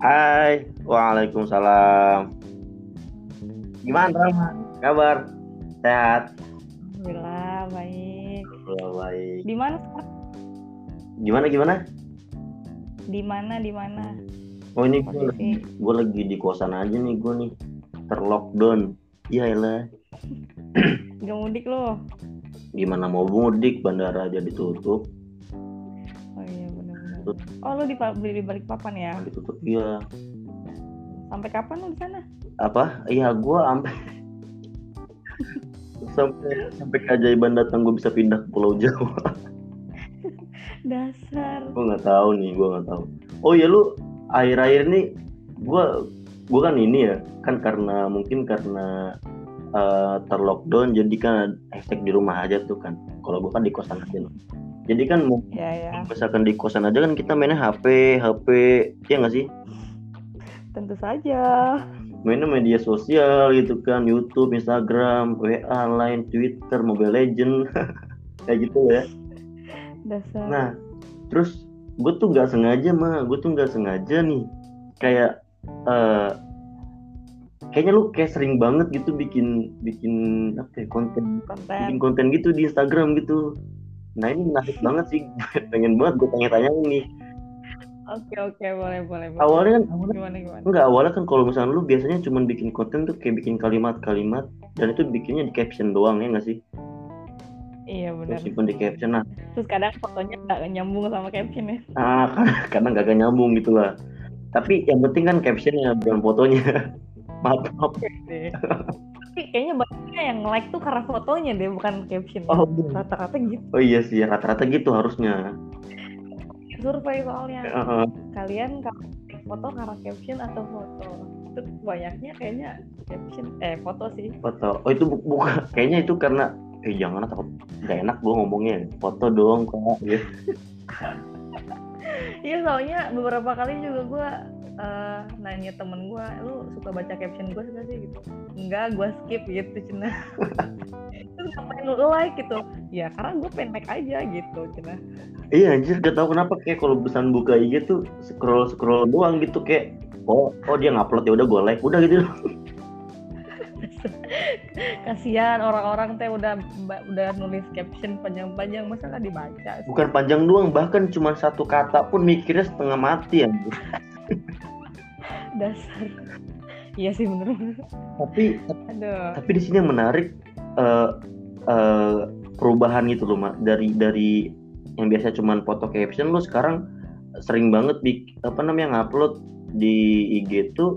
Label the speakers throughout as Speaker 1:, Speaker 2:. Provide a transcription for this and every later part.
Speaker 1: Hai, waalaikumsalam. Gimana, Rama?
Speaker 2: Assalamualaikum.
Speaker 1: Kabar? Sehat?
Speaker 2: Alhamdulillah baik.
Speaker 1: Alhamdulillah baik.
Speaker 2: Di mana sekarang?
Speaker 1: Gimana?
Speaker 2: Di mana
Speaker 1: Oh ini
Speaker 2: posisi?
Speaker 1: gue lagi di kosan aja nih gue nih terlockdown. Iya lah.
Speaker 2: Gak mudik lo?
Speaker 1: Gimana mau mudik, bandara aja ditutup.
Speaker 2: Oh iya benar-benar. Oh lo di Balikpapan ya?
Speaker 1: Ditutup iya.
Speaker 2: Sampai kapan lo di sana?
Speaker 1: Apa? Iya gue sampai keajaiban datang gue bisa pindah ke Pulau Jawa.
Speaker 2: Dasar.
Speaker 1: Gue nggak tahu. Oh ya lu akhir-akhir ini gue kan ini ya kan karena terlockdown jadi kan efek di rumah aja tuh kan. Kalau gue kan di kosan aja loh. Jadi kan
Speaker 2: Ya.
Speaker 1: misalkan di kosan aja kan kita mainnya HP ya nggak sih?
Speaker 2: Tentu saja.
Speaker 1: Mainnya media sosial gitu kan, YouTube, Instagram, WA, Line, Twitter, Mobile Legend kayak gitu ya.
Speaker 2: Dasar.
Speaker 1: Nah, terus gue tuh nggak sengaja nih kayak kayaknya lu kayak sering banget gitu bikin apa ya, bikin konten gitu di Instagram gitu. Nah ini menarik banget sih, pengen banget gue tanya-tanya nih.
Speaker 2: Oke, boleh.
Speaker 1: Awalnya
Speaker 2: Gimana?
Speaker 1: awalnya kan kalau misalnya lu biasanya cuma bikin konten tuh kayak bikin kalimat-kalimat dan itu bikinnya di caption doang ya nggak sih?
Speaker 2: Iya
Speaker 1: Lu
Speaker 2: benar.
Speaker 1: simpen di caption. Nah,
Speaker 2: Terus kadang fotonya nggak nyambung sama caption ya.
Speaker 1: karena gak nyambung gitu lah. Tapi yang penting kan captionnya bukan fotonya. maaf.
Speaker 2: Deh. Tapi kayaknya banyaknya yang like tuh karena fotonya deh, bukan captionnya.
Speaker 1: Oh,
Speaker 2: Rata-rata gitu.
Speaker 1: oh iya sih rata-rata gitu harusnya.
Speaker 2: Survei soalnya.
Speaker 1: Heeh.
Speaker 2: Kalian kalau foto karena caption atau foto? Itu banyaknya kayaknya foto sih.
Speaker 1: Foto. Oh itu bukan. Kayaknya itu karena jangan takut nggak enak gue ngomongnya. Foto doang kok. Gitu.
Speaker 2: Iya soalnya beberapa kali juga gue nanya temen gue, lu suka baca caption gue nggak sih gitu? Enggak, gue skip gitu cina. Terus ngapain lu like gitu? Ya karena gue pengen like aja gitu cina.
Speaker 1: Iya anjir gak tau kenapa kayak kalau pesan buka IG tuh scroll doang gitu kayak oh dia ngupload ya udah gue like udah gitu.
Speaker 2: Kasihan orang-orang teh udah nulis caption panjang-panjang, masa nggak dibaca sih?
Speaker 1: Bukan panjang doang bahkan cuma satu kata pun mikirnya setengah mati anjir.
Speaker 2: Dasar. Iya sih bener.
Speaker 1: Tapi di sini yang menarik perubahan gitu loh Mak. Dari yang biasa cuma foto caption lo sekarang sering banget ngupload di IG tuh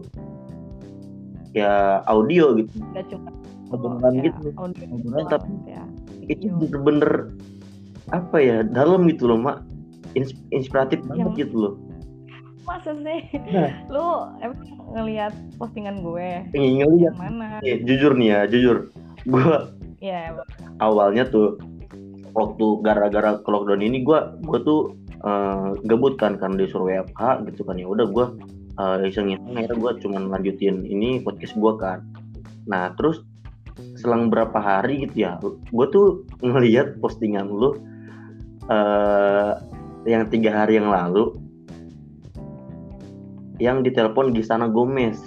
Speaker 1: ya audio gitu.
Speaker 2: Nggak cuma
Speaker 1: Obrolan
Speaker 2: ya,
Speaker 1: gitu.
Speaker 2: audio
Speaker 1: Tapi
Speaker 2: ya,
Speaker 1: itu
Speaker 2: video.
Speaker 1: bener-bener apa ya dalam gitu loh Mak. Inspiratif banget gitu loh.
Speaker 2: Masa sih?
Speaker 1: Nah,
Speaker 2: Lu emang ngelihat postingan gue?
Speaker 1: ngeliat
Speaker 2: Yang mana?
Speaker 1: jujur gue
Speaker 2: Ya,
Speaker 1: awalnya tuh waktu gara-gara lockdown ini gue tuh gabut kan karena disuruh WFH gitu kan ya udah gue iseng-iseng akhirnya gue cuman lanjutin ini podcast gue kan. Nah terus selang berapa hari gitu ya gue tuh ngelihat postingan lu yang 3 hari yang lalu yang ditelepon Gisana Gomez.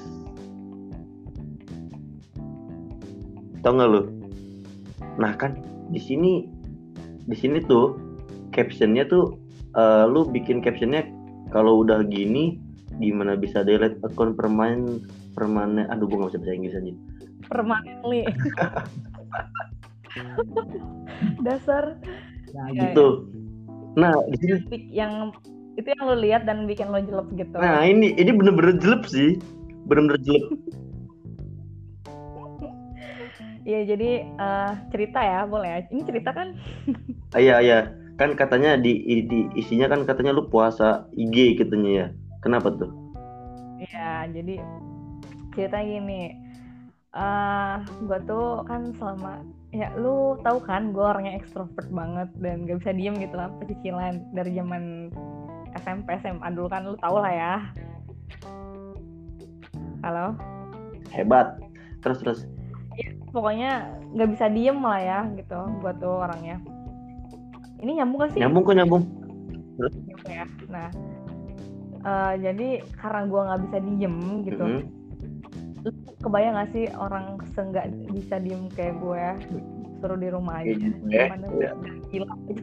Speaker 1: Tau nggak lu? Nah kan di sini tuh captionnya tuh lu bikin captionnya kalau udah gini gimana bisa delete akun permanen aduh gue nggak bisa bahasa Inggris aja
Speaker 2: permanently. Dasar.
Speaker 1: nah gitu nah di sini
Speaker 2: Yang itu yang lu lihat dan bikin lo jelek gitu.
Speaker 1: nah ini bener-bener jelek sih bener-bener jelek.
Speaker 2: Iya jadi cerita ya boleh ya. Ini cerita kan?
Speaker 1: Iya kan katanya di isinya kan katanya lu puasa IG katanya ya kenapa tuh?
Speaker 2: Iya jadi cerita gini, gue tuh kan selama ya lu tahu kan gue orangnya ekstrovert banget dan gak bisa diem gitu lah, pecicilan dari zaman SMP SMA dulu kan, lu tau lah ya. Halo,
Speaker 1: Hebat. Terus
Speaker 2: ya, pokoknya gak bisa diem lah ya gitu gue tuh orangnya. Ini nyambung gak sih?
Speaker 1: Nyambung kok.
Speaker 2: Nyambung ya. Nah Jadi karena gue nggak bisa diem gitu. Lu kebayang gak sih orang nggak bisa diem kayak gue, suruh di rumah aja, gimana udah gila gitu.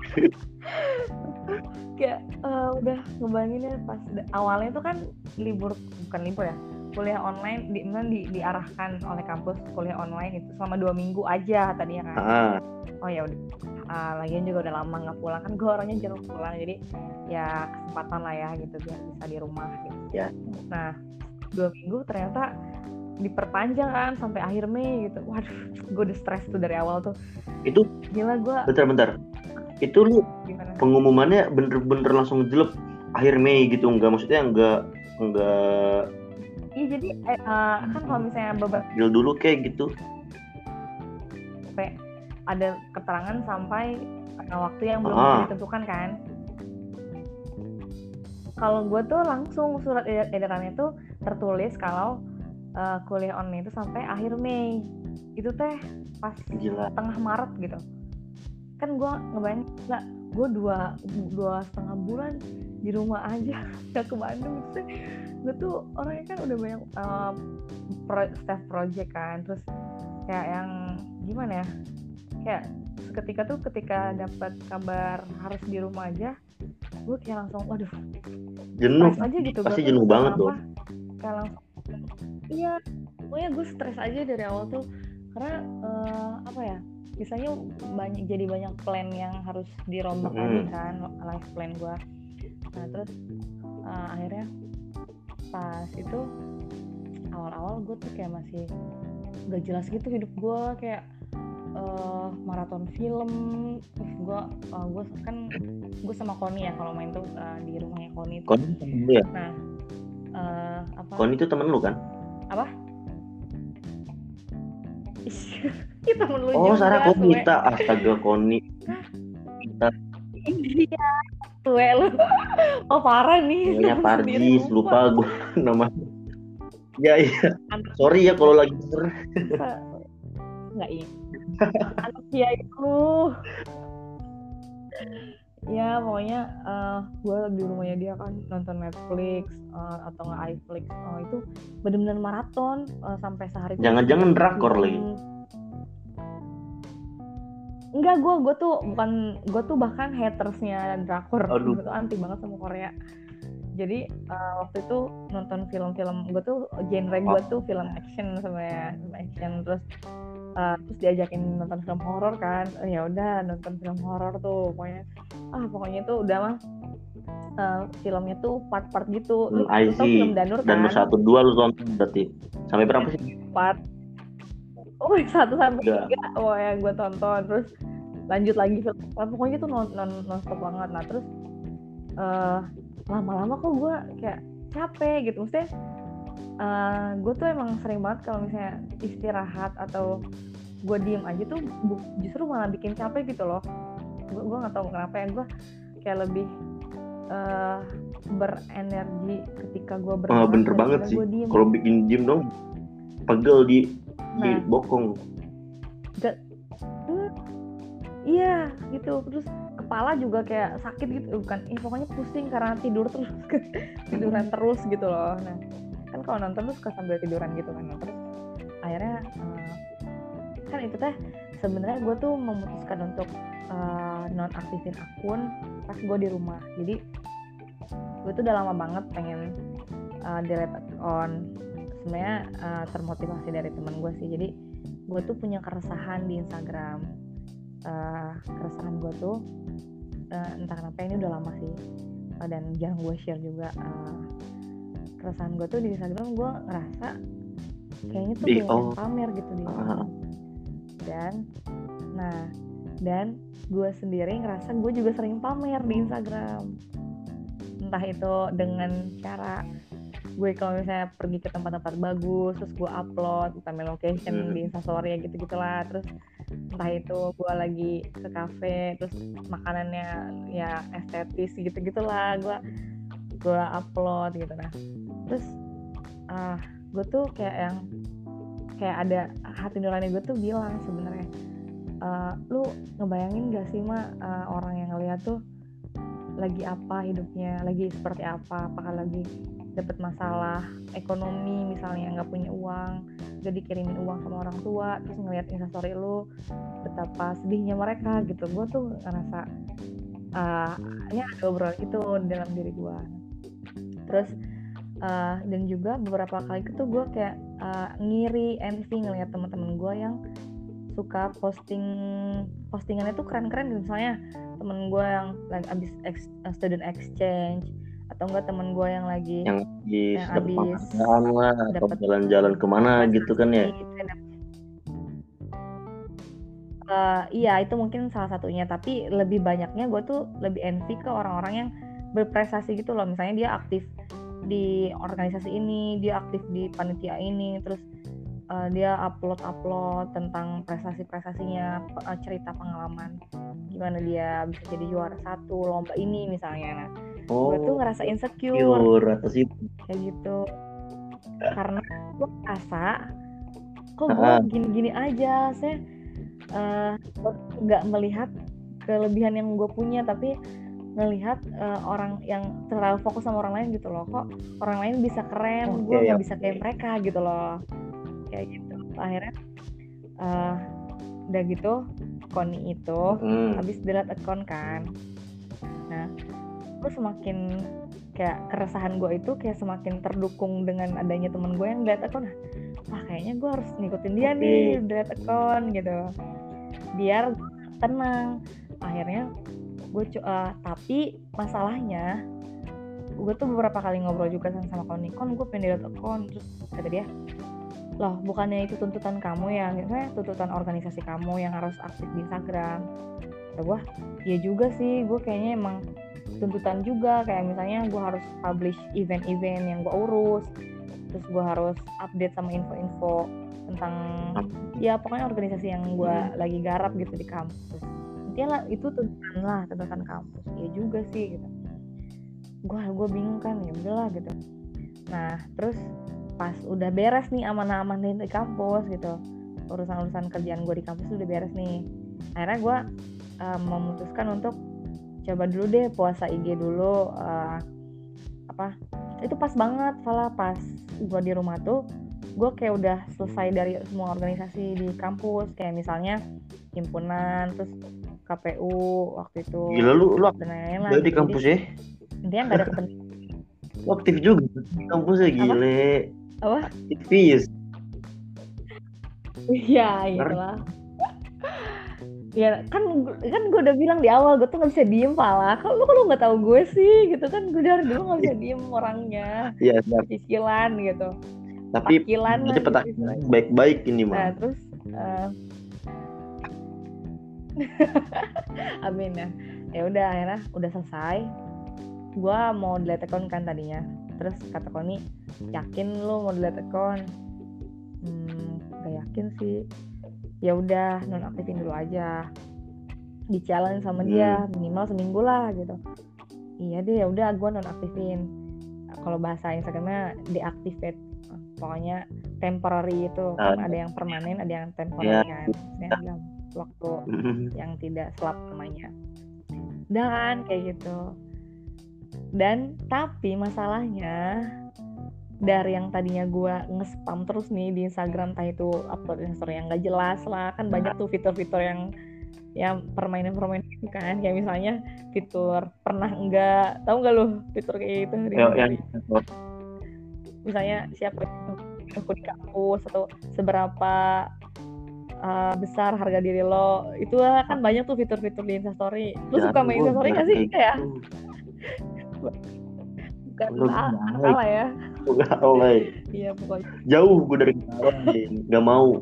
Speaker 2: Kayak udah ngebayangin ya pas awalnya tuh kan bukan libur ya, kuliah online diarahkan oleh kampus kuliah online itu selama 2 minggu aja tadinya kan. Oh ya udah, lagian juga udah lama nggak pulang kan, gue orangnya jarang pulang, jadi ya kesempatan lah ya gitu biar bisa di rumah gitu ya. Nah 2 minggu ternyata diperpanjang kan sampai akhir Mei gitu. Waduh, gue udah stres tuh dari awal tuh.
Speaker 1: Itu
Speaker 2: gila gue.
Speaker 1: Bentar. Itu lu
Speaker 2: gimana?
Speaker 1: Pengumumannya bener-bener langsung jelek akhir Mei gitu, maksudnya enggak.
Speaker 2: Iya jadi kan kalau misalnya beberapa
Speaker 1: dulu kayak gitu.
Speaker 2: Sampai ada keterangan sampai waktu yang belum ditentukan kan. Kalau gue tuh langsung surat edarannya tuh tertulis kalau kuliah online itu sampai akhir Mei. Itu teh pas tengah Maret gitu. Kan gue ngebayangin, lah gue dua setengah bulan di rumah aja gak ke Bandung gitu. Gue tuh orangnya kan udah banyak staff project kan, terus kayak yang gimana ya, kayak ketika dapat kabar harus di rumah aja, gue kayak langsung waduh
Speaker 1: jenuh
Speaker 2: aja gitu.
Speaker 1: Pasti jenuh banget
Speaker 2: dong. Kayak langsung iya, pokoknya gue stres aja dari awal tuh karena apa ya, biasanya banyak plan yang harus dirombak lagi kan, life plan gue. Nah terus akhirnya pas itu awal-awal gue tuh kayak masih gak jelas gitu hidup gue, kayak maraton film. Gue sama Koni ya kalau main tuh di rumahnya Koni.
Speaker 1: Koni temen lu ya?
Speaker 2: Nah apa?
Speaker 1: Koni itu temen lu kan?
Speaker 2: Apa? Kita temen lu juga.
Speaker 1: Oh Sarah Komita, astaga Koni.
Speaker 2: Iya, gue lu. Oh parah nih.
Speaker 1: Namanya Parjis, lupa gue namanya. Iya. Sorry ya kalau lagi denger.
Speaker 2: Nggak ini. Anak dia itu. Ya pokoknya gue di rumahnya dia kan nonton Netflix atau nggak iFlix. Itu benar-benar maraton sampai sehari.
Speaker 1: Jangan-jangan drakor lagi.
Speaker 2: Enggak, gue tuh bahkan hatersnya drakor. Gue tuh anti banget sama Korea. Jadi waktu itu nonton film-film, gue tuh genre gue tuh film action sama action, terus diajakin nonton film horor kan. Ya udah nonton film horor tuh pokoknya tuh udah mah filmnya tuh part-part gitu. Lu tau film Danur kan?
Speaker 1: Danur 1, 2 lu tonton berarti. Sampai berapa sih?
Speaker 2: Part 1 sampai 3 yang gue tonton, terus lanjut lagi film. Pokoknya tuh non-stop banget. Nah terus lama-lama kok gue kayak capek gitu. Maksudnya gue tuh emang sering banget kalau misalnya istirahat atau gue diem aja tuh justru malah bikin capek gitu loh. Gue nggak tahu kenapa ya, gue kayak lebih berenergi ketika gue bergerak.
Speaker 1: Bener banget sih, kalau bikin diem dong pegel di bokong.
Speaker 2: Iya gitu, terus kepala juga kayak sakit gitu, pokoknya pusing karena tiduran terus gitu loh. Nah kan kalau nonton tuh suka sambil tiduran gitu kan. Nah, terus akhirnya kan itu teh sebenarnya gue tuh memutuskan untuk nonaktifin akun pas gue di rumah. Jadi gue tuh udah lama banget pengen delete account. Sebenarnya termotivasi dari teman gue sih. Jadi gue tuh punya keresahan di Instagram. Keresahan gue tuh entah kenapa ini udah lama sih, dan jarang gue share juga. Keresahan gue tuh di Instagram, gue ngerasa kayaknya tuh pengen pamer gitu di Instagram. Dan gue sendiri ngerasa gue juga sering pamer di Instagram. Entah itu dengan cara gue kalau misalnya pergi ke tempat-tempat bagus, terus gue upload time location di Instastory ya gitu-gitulah. Terus entah itu gue lagi ke kafe, terus makanannya ya estetis gitu-gitulah, gue upload gitu. Nah terus gue tuh kayak ada hati nurani gue tuh bilang sebenarnya, lu ngebayangin gak sih orang yang ngeliat tuh lagi apa hidupnya, lagi seperti apa, apakah lagi dapat masalah ekonomi misalnya, nggak punya uang, gak dikirimin uang sama orang tua, terus ngeliat instastory lu betapa sedihnya mereka gitu. Gue tuh ngerasa ya ada obrolan itu dalam diri gue. Terus dan juga beberapa kali itu gue kayak ngiri, envy ngeliat teman-teman gue yang suka postingannya tuh keren-keren gitu. Misalnya temen gue yang lagi abis student exchange, atau enggak temen gue yang lagi
Speaker 1: dapat
Speaker 2: abis
Speaker 1: penghargaan lah atau
Speaker 2: dapet
Speaker 1: jalan-jalan kemana gitu kan ya.
Speaker 2: Iya itu mungkin salah satunya, tapi lebih banyaknya gue tuh lebih envy ke orang-orang yang berprestasi gitu loh. Misalnya dia aktif di organisasi ini, dia aktif di panitia ini, terus dia upload tentang prestasinya, cerita pengalaman gimana dia bisa jadi juara satu lomba ini misalnya. Nah, gue tuh ngerasa insecure
Speaker 1: atas itu
Speaker 2: kayak gitu, karena gue rasa kok gue gini-gini aja, saya nggak melihat kelebihan yang gue punya, tapi ngelihat orang yang terlalu fokus sama orang lain gitu loh. Kok orang lain bisa keren, gue nggak bisa kayak mereka gitu loh, kayak gitu. Akhirnya udah gitu Koni itu habis delete account kan. Nah gue semakin kayak keresahan gue itu kayak semakin terdukung dengan adanya temen gue yang delete account. Wah kayaknya gue harus ngikutin dia nih, delete account gitu biar tenang. Akhirnya gue tapi masalahnya gue tuh beberapa kali ngobrol juga sama Koni, gue pengen delete account. Terus kata dia, loh bukannya itu tuntutan kamu ya, misalnya tuntutan organisasi kamu yang harus aktif di Instagram. Kata gue, ya juga sih, gue kayaknya emang tuntutan juga, kayak misalnya gue harus publish event-event yang gue urus, terus gue harus update sama info-info tentang ya pokoknya organisasi yang gue lagi garap gitu di kampus. Intinya lah itu tuntutan kampus. Ya juga sih gitu. Gue bingung kan, ya udahlah gitu. Nah terus pas udah beres nih aman-aman di kampus gitu, urusan kerjaan gue di kampus udah beres nih, akhirnya gue memutuskan untuk coba dulu deh puasa IG dulu. Itu pas banget, malah pas gue di rumah tuh gue kayak udah selesai dari semua organisasi di kampus, kayak misalnya himpunan, terus KPU waktu itu.
Speaker 1: Gila lu
Speaker 2: dan lain-lain
Speaker 1: di kampus ya?
Speaker 2: Intinya nggak ada kepentingan.
Speaker 1: Aktif juga di kampusnya, gile.
Speaker 2: Apa?
Speaker 1: Aktivis.
Speaker 2: Iya itulah. Ya kan gue udah bilang di awal gue tuh nggak bisa diem, pala. Kalau lu nggak tahu gue sih gitu kan, gue dari dulu nggak bisa diem orangnya.
Speaker 1: Iya.
Speaker 2: Cicilan gitu.
Speaker 1: Tapi
Speaker 2: ini
Speaker 1: petak baik-baik ini mah.
Speaker 2: Nah terus amin ya. Ya udah akhirnya udah selesai. Gue mau delete account kan tadinya. Terus kata Koni, yakin lu mau delete account? Gak yakin sih. Ya udah nonaktifin dulu aja. Di challenge sama dia minimal seminggu lah gitu. Iya deh, ya udah gue nonaktifin. Kalau bahasa Instagramnya deactivate. Pokoknya temporary itu kan ada yang permanen, ada yang temporary kan. Dalam waktu yang tidak selap namanya. Udah kan kayak gitu. Dan tapi masalahnya dari yang tadinya gue nge-spam terus nih di Instagram, entah itu upload story yang gak jelas lah, kan banyak tuh fitur-fitur yang permainan itu kan, kayak misalnya fitur pernah enggak, tahu nggak lo fitur kayak gitu misalnya siapa aku di kampus atau seberapa besar harga diri lo, itu kan banyak tuh fitur-fitur di Instastory. Lo suka main Instastory nggak sih? Kayak bukan salah ya. Iya pokoknya.
Speaker 1: Jauh gue dari salah, nggak mau.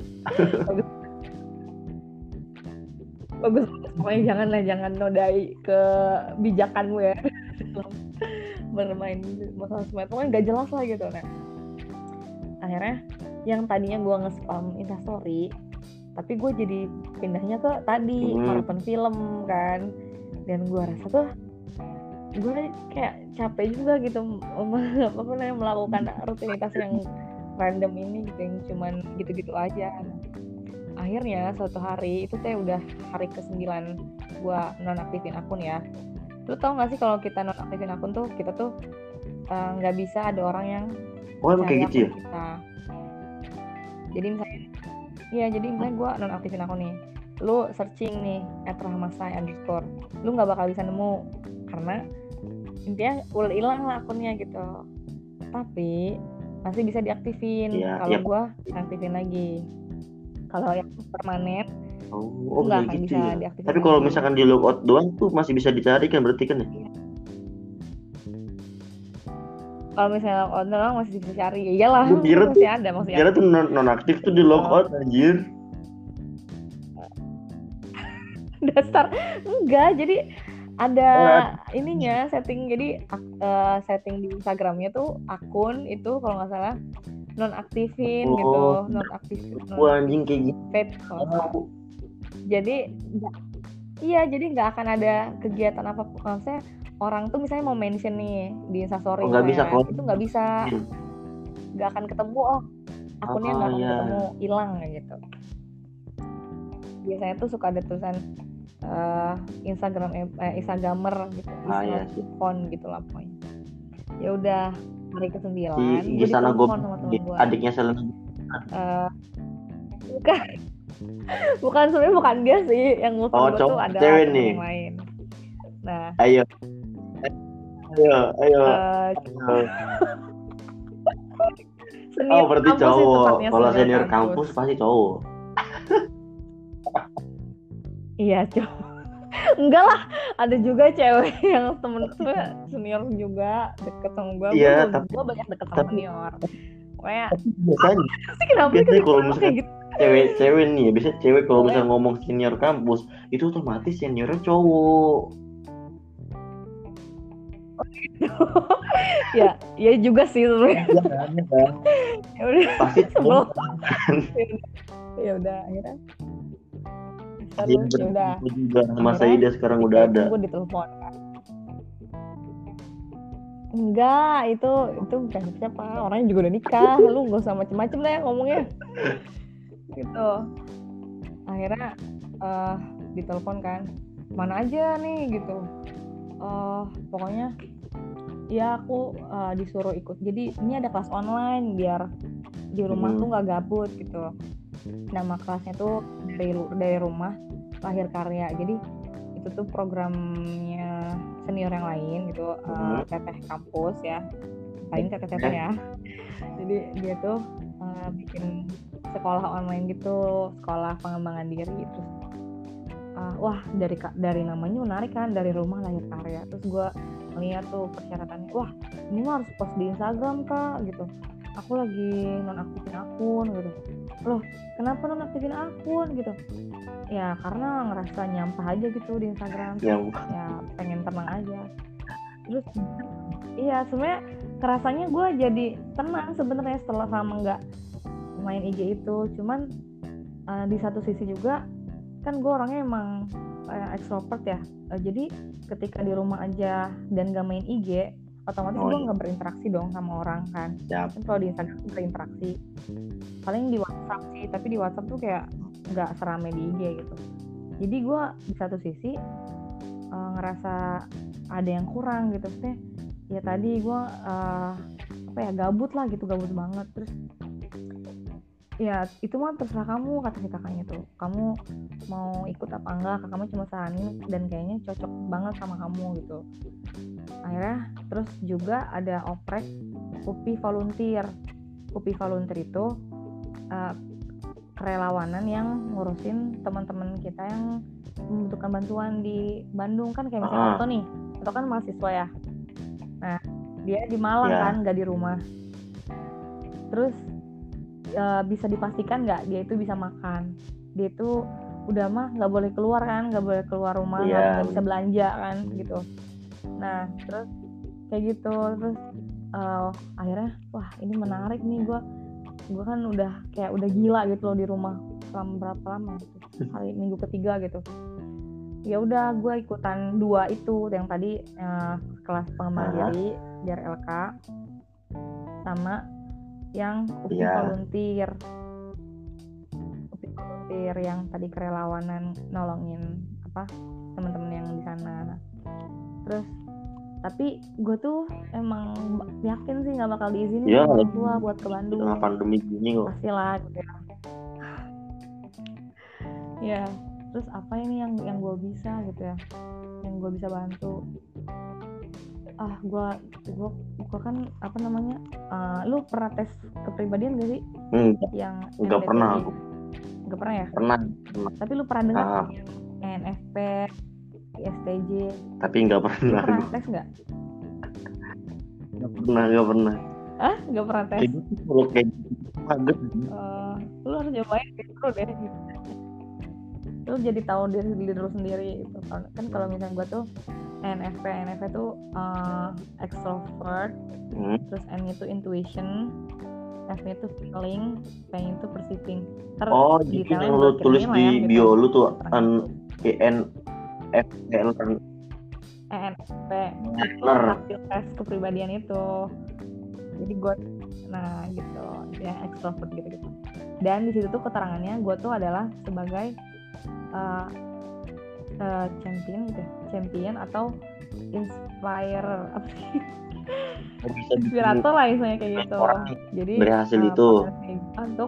Speaker 2: Bagus. Pokoknya jangan nodai kebijakanmu ya. Bermain masalah sosmed, pokoknya nggak jelas lah gitu. Nah, akhirnya yang tadinya gue nge-spam Instastory, tapi gue jadi pindahnya ke tadi maraton film kan, dan gue rasa tuh gue kayak capek juga gitu melakukan rutinitas yang random ini gitu, yang cuman gitu-gitu aja. Akhirnya suatu hari itu udah hari ke-9 gue nonaktifin akun ya. Lu tau gak sih kalau kita nonaktifin akun tuh kita tuh nggak bisa ada orang yang
Speaker 1: emang
Speaker 2: cari
Speaker 1: kayak gitu
Speaker 2: akun
Speaker 1: ya?
Speaker 2: kita. Jadi misalnya, iya jadi misalnya gue nonaktifin akun nih, lu searching nih @rahmasai_, lu nggak bakal bisa nemu karena intinya udah hilang lah akunnya gitu. Tapi masih bisa diaktifin
Speaker 1: Iya,
Speaker 2: kalau
Speaker 1: ya.
Speaker 2: gue aktifin lagi. Kalau yang permanen
Speaker 1: Oh,
Speaker 2: nggak
Speaker 1: kayak
Speaker 2: akan
Speaker 1: gitu
Speaker 2: bisa
Speaker 1: ya.
Speaker 2: diaktifin
Speaker 1: Tapi kalau
Speaker 2: lagi.
Speaker 1: misalkan di logout doang tuh masih bisa dicari kan berarti kan ya?
Speaker 2: Kalau misalnya orang masih bisa cari, ya iyalah
Speaker 1: Gue kira tuh,
Speaker 2: masih ada, masih
Speaker 1: kira
Speaker 2: ada
Speaker 1: tuh nonaktif tuh di
Speaker 2: gitu.
Speaker 1: logout anjir.
Speaker 2: Dasar enggak, jadi ada ininya setting, jadi setting di Instagramnya tuh akun itu kalau nggak salah nonaktifin gitu, nonaktifin
Speaker 1: Wah anjing kayak gitu.
Speaker 2: Jadi iya, jadi nggak akan ada kegiatan apa, maksudnya orang tuh misalnya mau mention nih di Instastory,
Speaker 1: nggak bisa kok.
Speaker 2: itu nggak bisa, nggak akan ketemu, akunnya nggak akan ketemu, hilang gitu. Biasanya tuh suka ada tulisan Instagramer gitu, phone gitu lah pokoknya. Ya udah, hari ke-9 gue ditelepon sama teman gue.
Speaker 1: Adiknya Selena.
Speaker 2: Bukan sebenarnya, bukan dia sih yang ngutang gue tuh, ada temen yang lain. Nah,
Speaker 1: ayo. Berarti cowok. Kalau senior kampus pasti cowok.
Speaker 2: Iya cowok. Enggak lah, ada juga cewek yang temen senior juga deket sama gue.
Speaker 1: Iya,
Speaker 2: gue banyak deket sama senior. Pokoknya
Speaker 1: biasanya kenapa kalau misalkan gitu? Cewek nih, biasanya cewek kalau misalnya ngomong senior kampus itu otomatis seniornya cowok.
Speaker 2: Ya juga sih sebenarnya. Ya udah,
Speaker 1: pasti sebelum
Speaker 2: ya udah akhirnya.
Speaker 1: Ya udah. Mas Aida sekarang udah ada.
Speaker 2: Gue ditelepon kan. Enggak, itu bukan siapa, orangnya juga udah nikah. Lu nggak usah macem-macem lah ya ngomongnya. Gitu. Akhirnya ditelepon kan, mana aja nih gitu. Pokoknya ya aku disuruh ikut. Jadi ini ada kelas online biar di rumah tuh nggak gabut gitu. Nama kelasnya tuh dari rumah lahir karya. Jadi itu tuh programnya senior yang lain gitu, teteh kampus ya, lain teteh ya. Jadi dia tuh bikin sekolah online gitu, sekolah pengembangan diri. Terus wah dari namanya menarik kan, dari rumah lahir karya. Terus gue ngeliat tuh persyaratannya, wah ini mah harus post di Instagram kak gitu. Aku lagi nonaktifin akun gitu. Loh kenapa nonaktifin akun gitu? Ya karena ngerasa nyampah aja gitu di Instagram. Ya pengen tenang aja. Terus iya sebenarnya kerasanya gue jadi tenang sebenarnya setelah lama nggak main IG itu. Cuman di satu sisi juga kan gue orangnya emang extrovert ya. Jadi ketika di rumah aja dan gak main IG, otomatis gue nggak berinteraksi dong sama orang kan. Kan kalau di Instagram berinteraksi paling di WhatsApp sih, tapi di WhatsApp tuh kayak nggak serame di IG gitu. Jadi gue di satu sisi ngerasa ada yang kurang gitu. Maksudnya ya tadi gue gabut lah gitu, gabut banget. Terus ya itu mah terserah kamu, kata si kakaknya tuh, kamu mau ikut apa enggak, kakakmu cuma saranin dan kayaknya cocok banget sama kamu gitu. Akhirnya terus juga ada oprek UPI volunteer itu kerelawanan yang ngurusin teman-teman kita yang membutuhkan bantuan di Bandung kan, kayak misalnya Oto nih, Oto kan mahasiswa ya. Nah dia di Malang kan, nggak di rumah. Terus bisa dipastikan nggak dia itu bisa makan? Dia itu udah mah nggak boleh keluar kan, nggak boleh keluar rumah, nggak bisa belanja kan gitu. Nah terus kayak gitu, terus akhirnya wah ini menarik nih, gue kan udah gila gitu loh di rumah selama berapa lama gitu, hari minggu ketiga gitu. Ya udah gue ikutan 2 itu yang tadi kelas pengembangan diri biar LK, sama yang UPI volunteer yang tadi kerelawanan nolongin teman-teman yang di sana. Terus tapi gue tuh emang yakin sih nggak bakal diizinin
Speaker 1: Ya,
Speaker 2: sama orang tua buat ke Bandung.
Speaker 1: tengah pandemi gini kok.
Speaker 2: Pastilah gitu ya. Ya, terus apa ini yang gue bisa gitu ya, yang gue bisa bantu. Gue kan apa namanya, lu pernah tes kepribadian gak sih? Yang
Speaker 1: Nggak pernah aku.
Speaker 2: Nggak pernah ya?
Speaker 1: Pernah.
Speaker 2: Tapi lu pernah dengar ENFP, ISTJ?
Speaker 1: Tapi nggak pernah.
Speaker 2: Lu pernah tes nggak?
Speaker 1: Nggak pernah.
Speaker 2: Nggak pernah tes?
Speaker 1: Kalau kayak gitu kaget.
Speaker 2: Lu harus nyobain gitu deh. Lu jadi tahu diri lu sendiri gitu. Kan kalau misalnya gue tuh ENFP tuh extrovert, terus N itu intuition, F itu feeling, P itu perceiving.
Speaker 1: Jadi yang lu tulis di bio lu tuh ENFP
Speaker 2: hasil tes kepribadian itu. Jadi gue, nah gitu, dia extrovert gitu. Dan di situ tuh keterangannya gue tuh adalah sebagai champion atau inspire, apa sih? Inspirator lah misalnya kayak gitu. Jadi
Speaker 1: dari hasil itu
Speaker 2: untuk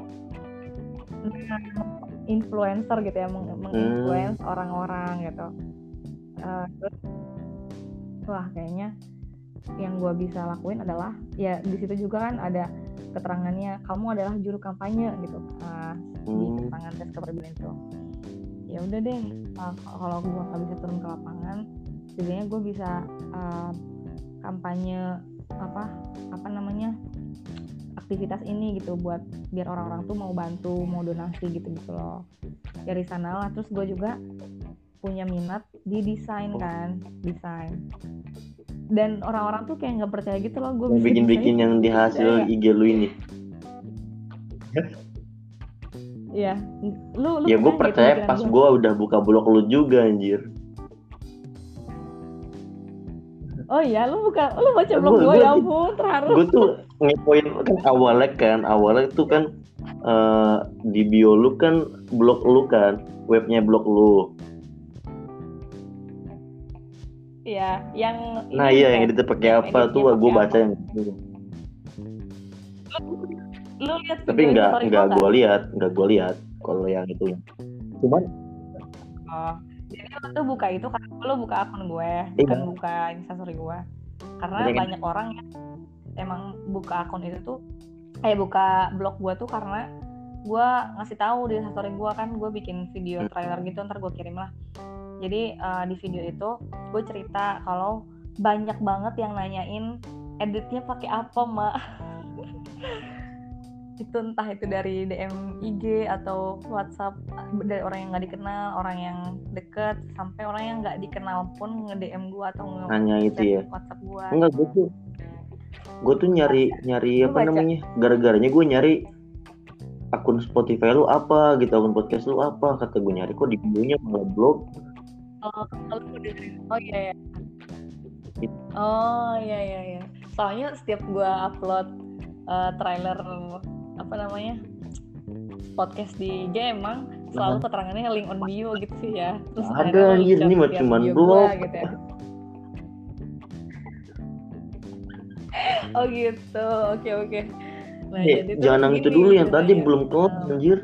Speaker 2: influencer gitu ya, menginfluence orang-orang gitu. Terus wah kayaknya yang gue bisa lakuin adalah ya di situ juga kan ada keterangannya kamu adalah juru kampanye gitu di keterangan tes kepribadian itu. Ya udah deh, kalau gue nggak bisa turun ke lapangan, setidaknya gue bisa kampanye apa namanya aktivitas ini gitu buat biar orang-orang tuh mau bantu, mau donasi gitu loh. Dari sana lah, terus gue juga punya minat di desain. Dan orang-orang tuh kayak nggak percaya gitu loh gue bisa
Speaker 1: bikin yang di hasil IG lu ini.
Speaker 2: Iya, lu
Speaker 1: ya gue percaya gitu, pas gue udah buka blog lu juga anjir.
Speaker 2: Oh iya, lu baca blog gue ya ampun, terharu.
Speaker 1: Gue tuh ngepoin kan awalnya tuh kan di bio lu kan blog lu kan, webnya blog lu.
Speaker 2: Iya, yang
Speaker 1: nah iya yang edit pakai apa tuh gue baca yang itu.
Speaker 2: Lu lihat
Speaker 1: tapi nggak gue lihat kalau yang itu. Cuman
Speaker 2: jadi lu tuh buka itu kan lu buka akun gue, bukan buka instastory gue, karena banyak orang yang emang buka akun itu tuh buka blog gue tuh karena gue ngasih tahu di instastory gue kan gue bikin video trailer gitu, ntar gue kirim lah. Jadi di video itu gue cerita kalau banyak banget yang nanyain editnya pakai apa mak. Itu entah itu dari DM IG atau WhatsApp, dari orang yang nggak dikenal, orang yang deket, sampai orang yang nggak dikenal pun nge-DM gue atau
Speaker 1: nanya itu ya
Speaker 2: WhatsApp gue.
Speaker 1: Enggak, gue tuh nyari apa namanya, gara-garanya gue nyari akun Spotify lu apa gitu, akun podcast lu apa, kata gue nyari kok di videonya malah blog.
Speaker 2: Oh iya. Soalnya setiap gue upload trailer apa namanya podcast di IG emang selalu keterangannya link on bio gitu sih ya. Terus
Speaker 1: ada anjir, ini mah cuman blog
Speaker 2: gitu ya. Oh gitu, oke. Nah,
Speaker 1: jangan yang itu dulu yang tadi belum kelar anjir.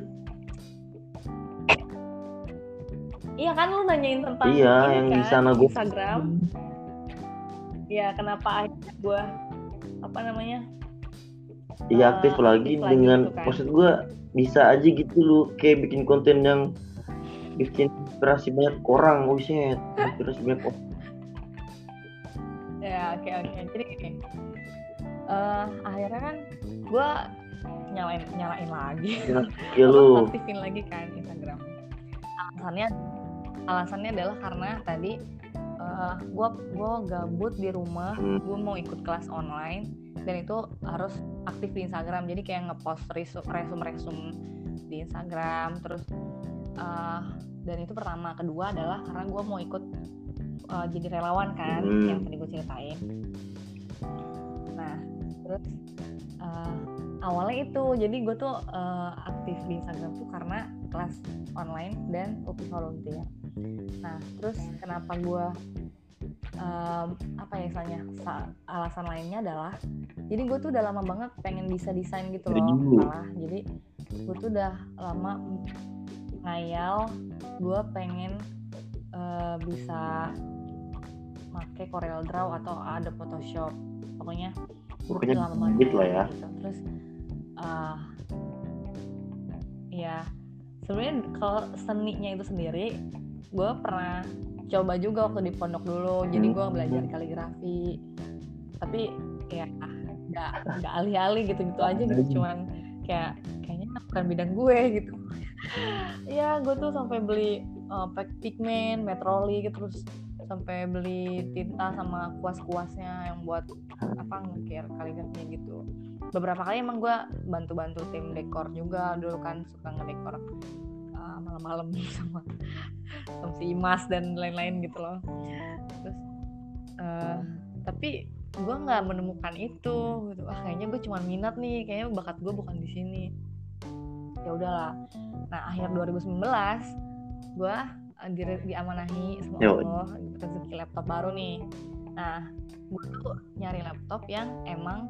Speaker 2: Iya kan lu nanyain tentang
Speaker 1: yang
Speaker 2: kan,
Speaker 1: di sana gue
Speaker 2: Instagram. Ya kenapa akhirnya gue apa namanya?
Speaker 1: Iya aktif lagi dengan gitu kan. Maksud gue bisa aja gitu lu kayak bikin konten yang bikin inspirasi banyak orang, inspirasi banyak orang.
Speaker 2: Ya oke. Jadi gini, akhirnya kan gue nyalain lagi.
Speaker 1: Ya lu
Speaker 2: aktifin lagi kan Instagram. Alasannya adalah karena tadi gue gabut di rumah, gue mau ikut kelas online dan itu harus aktif di Instagram, jadi kayak ngepost resume di Instagram terus dan itu pertama. Kedua adalah karena gue mau ikut jadi relawan kan, yang tadi gue ceritain. Nah terus awalnya itu jadi gue tuh aktif di Instagram tuh karena kelas online dan UPI volunteer. Nah terus kenapa gue apa ya misalnya alasan lainnya adalah jadi gue tuh udah lama banget pengen bisa desain gitu loh malah. Jadi gue tuh udah lama ngayal gue pengen bisa pakai Corel Draw atau ada Photoshop, pokoknya udah lama banget
Speaker 1: lah ya
Speaker 2: gitu. Terus ya sebenarnya kalau seninya itu sendiri gue pernah coba juga waktu di pondok dulu. Jadi gue belajar kaligrafi, tapi ya nggak alih-alih gitu aja gitu, cuman kayaknya bukan bidang gue gitu. Ya gue tuh sampai beli pigmen, metroli gitu, terus sampai beli tinta sama kuas-kuasnya yang buat ngukir kaligrafinya gitu. Beberapa kali emang gue bantu-bantu tim dekor juga dulu kan, suka ngedekor malam-malam sama si Imas dan lain-lain gitu loh. Terus tapi gue nggak menemukan itu gitu. Kayaknya gue cuma minat nih, kayaknya bakat gue bukan di sini. Ya udahlah. Nah akhir 2019 gue diamanahi sama Allah rezeki laptop baru nih. Nah gue tuh nyari laptop yang emang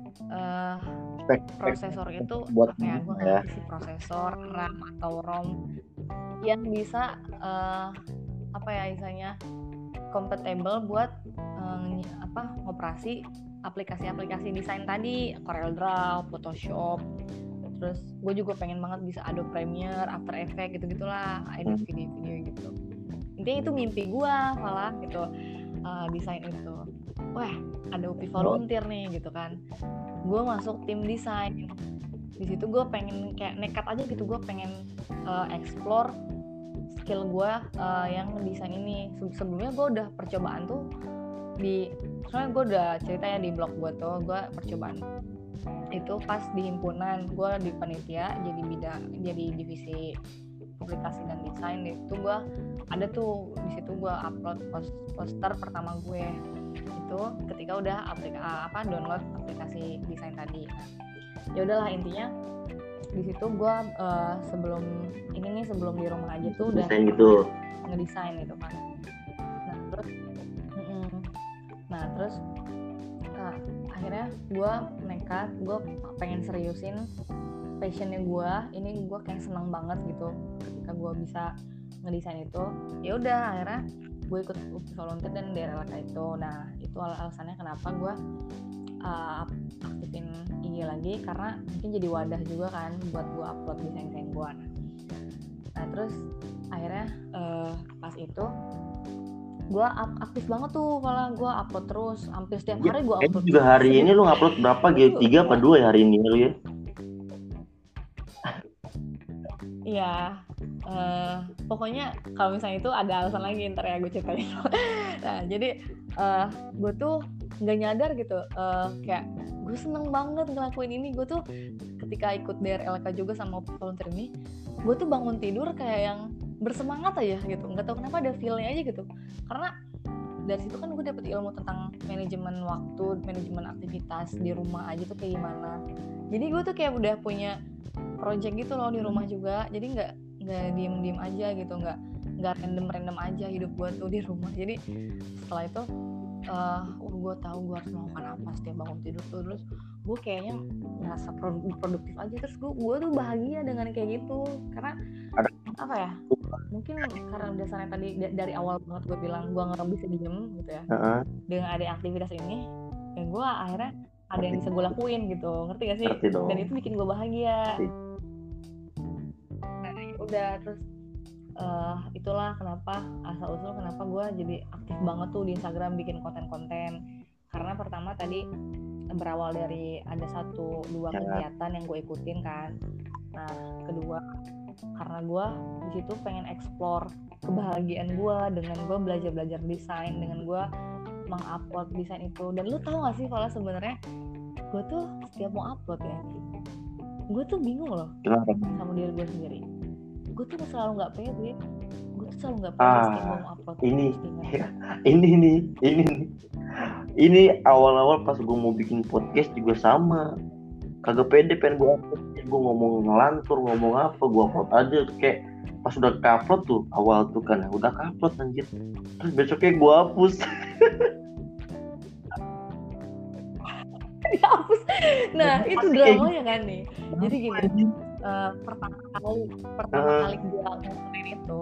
Speaker 2: prosesor itu buat gue nggak ngerti sih prosesor, RAM atau ROM yang bisa istilahnya compatible buat ngoperasi aplikasi-aplikasi desain tadi, Corel Draw, Photoshop. Terus gue juga pengen banget bisa Adobe Premiere, After Effects gitu-gitulah, edit video-video gitu. Intinya itu mimpi gue malah gitu, desain itu. Wah, ada UPI volunteer nih gitu kan. Gue masuk tim desain. Di situ gue pengen kayak nekat aja gitu, gue pengen explore skill gue yang desain ini. Sebelumnya gue udah percobaan tuh soalnya gue udah cerita ya di blog gue tuh, gue percobaan itu pas di himpunan, gue di panitia jadi divisi publikasi dan desain. Itu gue ada tuh di situ gue upload poster pertama gue itu ketika udah download aplikasi desain tadi. Ya udahlah, intinya di situ gue sebelum di rumah aja tuh udah gitu ngedesain gitu kan. Terus akhirnya gue nekat, gue pengen seriusin passionnya gue. Ini gue kayak seneng banget gitu ketika gue bisa ngedesain itu. Ya udah akhirnya gue ikut volunteer dan DRLK itu. Nah itu alasannya kenapa gue aktifin IG lagi, karena mungkin jadi wadah juga kan buat gue upload desain-desain gue. Nah terus akhirnya pas itu gue aktif banget tuh, malah gue upload terus, hampir setiap hari gue upload.
Speaker 1: Juga hari ini lu upload berapa? 3 apa 2 ya hari ini lu ya?
Speaker 2: Iya, pokoknya kalau misalnya itu ada alasan lagi ntar ya gue ceritain. Nah jadi gue tuh nggak nyadar gitu, kayak gue seneng banget ngelakuin ini. Gue tuh ketika ikut DRLK juga sama volunteer ini, gue tuh bangun tidur kayak yang bersemangat aja gitu, nggak tahu kenapa ada feelnya aja gitu. Karena dari situ kan gue dapet ilmu tentang manajemen waktu, manajemen aktivitas di rumah aja tuh kayak gimana. Jadi gue tuh kayak udah punya project gitu loh di rumah juga. Jadi nggak diem aja gitu, nggak random aja hidup gue tuh di rumah. Jadi setelah itu gue tahu gue harus melakukan apa setiap bangun tidur tuh. Terus gue kayaknya ngerasa produktif aja. Terus gue tuh bahagia dengan kayak gitu, karena apa ya, mungkin karena dasarnya tadi dari awal banget gue bilang gue nggak bisa diem gitu ya. Dengan ada aktivitas ini ya gue akhirnya ada yang bisa gue lakuin gitu, ngerti gak sih? Dan itu bikin gue bahagia. Nah udah, terus itulah kenapa asal-usul kenapa gue jadi aktif banget tuh di Instagram bikin konten-konten. Karena pertama tadi berawal dari ada 1-2 kegiatan yang gue ikutin kan. Nah kedua, karena gue di situ pengen explore kebahagiaan gue dengan gue belajar desain, dengan gue mengupload desain itu. Dan lu tahu gak sih kalau sebenarnya gue tuh setiap mau upload ya, gue tuh bingung loh sama diri gue sendiri. Gue tuh selalu nggak pede. Setiap mau upload
Speaker 1: ini awal-awal pas gue mau bikin podcast juga sama, kagak pede pengen gue upload. Gue ngomong ngelantur, ngomong apa, gue upload aja kayak pas udah upload tuh awal tuh kan udah upload anjir, terus besoknya gue hapus.
Speaker 2: Dihapus. Nah itu
Speaker 1: Pasti kayak
Speaker 2: dramanya kan nih. Jadi
Speaker 1: gitu
Speaker 2: gini,
Speaker 1: anjir.
Speaker 2: pertama kali gue ngelakuin itu,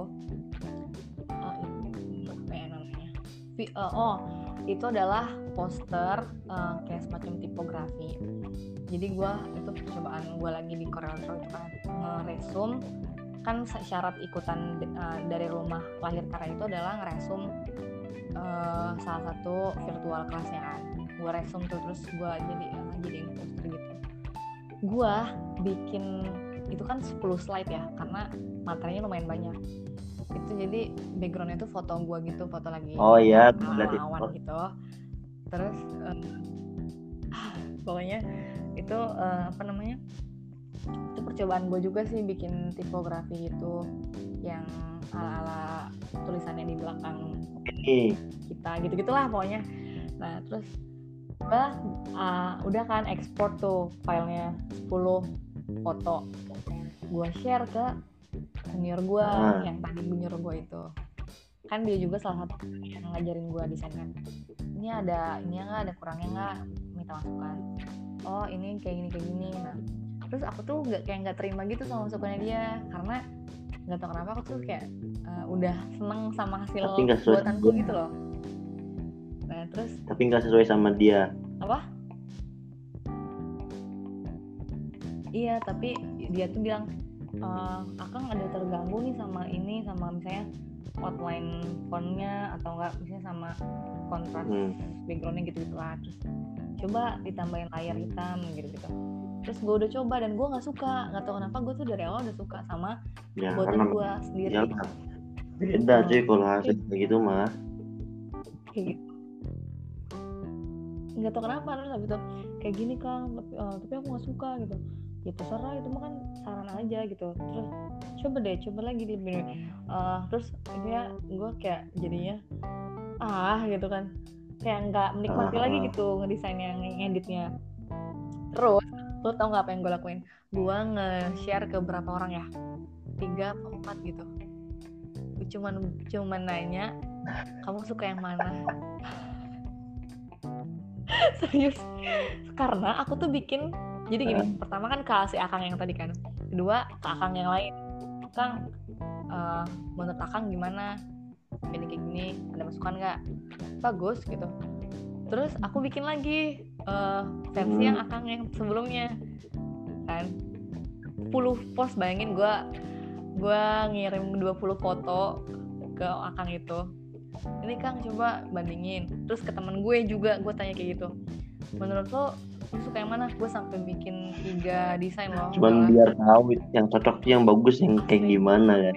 Speaker 2: itu apa ya namanya? Itu adalah poster kayak semacam tipografi. Jadi gue itu percobaan gue lagi di Corel Draw itu kan ngeresum, kan syarat ikutan dari rumah lahir karya itu adalah ngeresum salah satu virtual kelasnya kan. Gue resum tuh, terus gue jadiin poster gitu. Gue bikin itu kan 10 slide ya, karena materinya lumayan banyak. Itu jadi backgroundnya tuh foto gue gitu, foto lagi awan gitu. Terus pokoknya itu apa namanya, itu percobaan gue juga sih bikin tipografi itu yang ala-ala tulisannya di belakang kita gitu-gitulah pokoknya. Nah terus udah kan ekspor tuh filenya 10 foto, gue share ke senior gue yang tadi nyuruh gue itu, kan dia juga salah satu yang ngajarin gue desain kan. Ini ada nggak, ada kurangnya nggak, minta masukan. Oh ini kayak gini. Nah terus aku tuh nggak terima gitu sama masukannya dia, karena nggak tahu kenapa aku tuh kayak udah seneng sama hasil buatanku gitu loh. Nah terus
Speaker 1: tapi nggak sesuai sama dia.
Speaker 2: Apa? Iya, tapi dia tuh bilang Akang ada terganggu nih sama ini, sama misalnya outline fontnya atau enggak misalnya sama kontras backgroundnya gitu lah. Terus coba ditambahin layar hitam gitu. Terus gue udah coba dan gue nggak suka, nggak tahu kenapa gue tuh dari awal udah suka sama buatan gue sendiri.
Speaker 1: Ya, beda cuy kalau hasil kayak gitu mah.
Speaker 2: Kayak gitu. Nggak tahu kenapa, terus habis itu kayak gini Kang, tapi aku nggak suka gitu. Ya terserah, itu mah kan saran aja gitu. Terus coba lagi di terus dia gue kayak jadinya gitu kan, kayak nggak menikmati lagi gitu ngedesain yang ngeditnya. Terus lo tau nggak apa yang gue lakuin? Gue nge-share ke berapa orang ya, 3 atau 4 gitu. Gue cuman nanya, kamu suka yang mana? Serius, karena aku tuh bikin jadi gini, pertama kan ke si Akang yang tadi kan, kedua ke Akang yang lain. Kang, menurut Akang gimana? Kayak gini, ada masukan nggak? Bagus gitu. Terus aku bikin lagi versi yang Akang yang sebelumnya kan, 10 post. Bayangin gue ngirim 20 foto ke Akang itu. Ini Kang coba bandingin. Terus ke temen gue juga gue tanya kayak gitu, menurut lo suka yang mana? Gue sampai bikin 3 desain loh.
Speaker 1: Cuman biar tahu yang cocok yang bagus yang kayak gimana kan.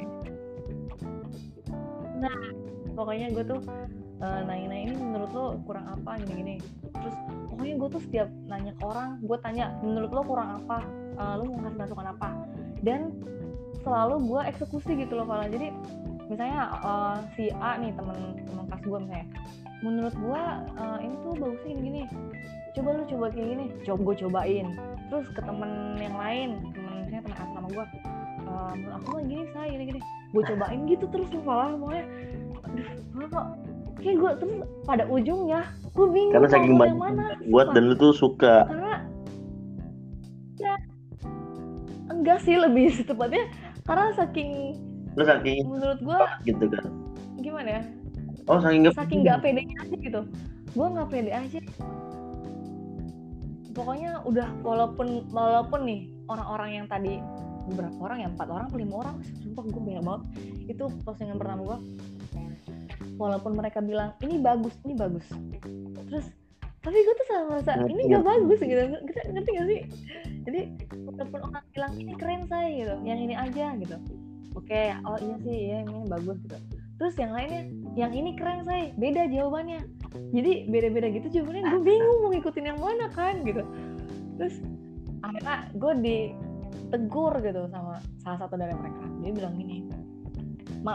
Speaker 2: Nah pokoknya gue tuh nanya ini menurut lo kurang apa gini. Terus pokoknya gue tuh setiap nanya ke orang, gue tanya menurut lo kurang apa, lo mau ngasih masukan apa, dan selalu gue eksekusi gitu loh. Kalau jadi misalnya si A nih teman kelas gue misalnya, menurut gue ini tuh bagusnya gini, coba kayak gini, gue cobain. Terus ke temen yang lain, temen asrama gue, menurut aku mah gini saya gini, gue cobain gitu terus malah pokoknya kok kayak gue. Terus pada ujungnya gue bingung
Speaker 1: karena saking banyak buat dan lu tuh suka.
Speaker 2: Karena ya enggak sih, lebih tepatnya karena saking menurut gue
Speaker 1: gitu kan,
Speaker 2: gimana ya,
Speaker 1: saking
Speaker 2: nggak pede aja gitu. Gue nggak pede aja pokoknya udah. Walaupun nih orang-orang yang tadi, beberapa orang ya, 4 orang 5 orang, sumpah gue banyak banget itu postingan pertama gue, walaupun mereka bilang ini bagus, terus tapi gue tuh selalu merasa ini nggak bagus gitu. Ngerti gak sih? Jadi walaupun orang bilang ini keren saya gitu, yang ini aja gitu, oke, oh iya sih ya ini bagus gitu. Terus yang lainnya, yang ini keren saya, beda jawabannya. Jadi beda-beda gitu jawabannya, gue bingung mau ngikutin yang mana kan gitu. Terus akhirnya gue ditegur gitu sama salah satu dari mereka. Dia bilang gini, Mak,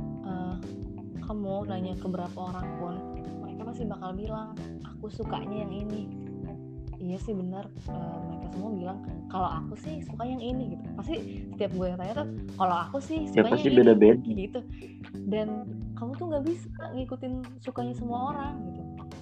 Speaker 2: kamu nanya ke berapa orang pun, mereka pasti bakal bilang aku sukanya yang ini. iya sih benar. Mereka semua bilang kalau aku sih suka yang ini gitu. Pasti setiap gue yang tanya tuh kalau aku sih
Speaker 1: Ya
Speaker 2: sukanya
Speaker 1: pasti
Speaker 2: yang ini
Speaker 1: beda-beda.
Speaker 2: gitu. Dan kamu tuh nggak bisa ngikutin sukanya semua orang gitu.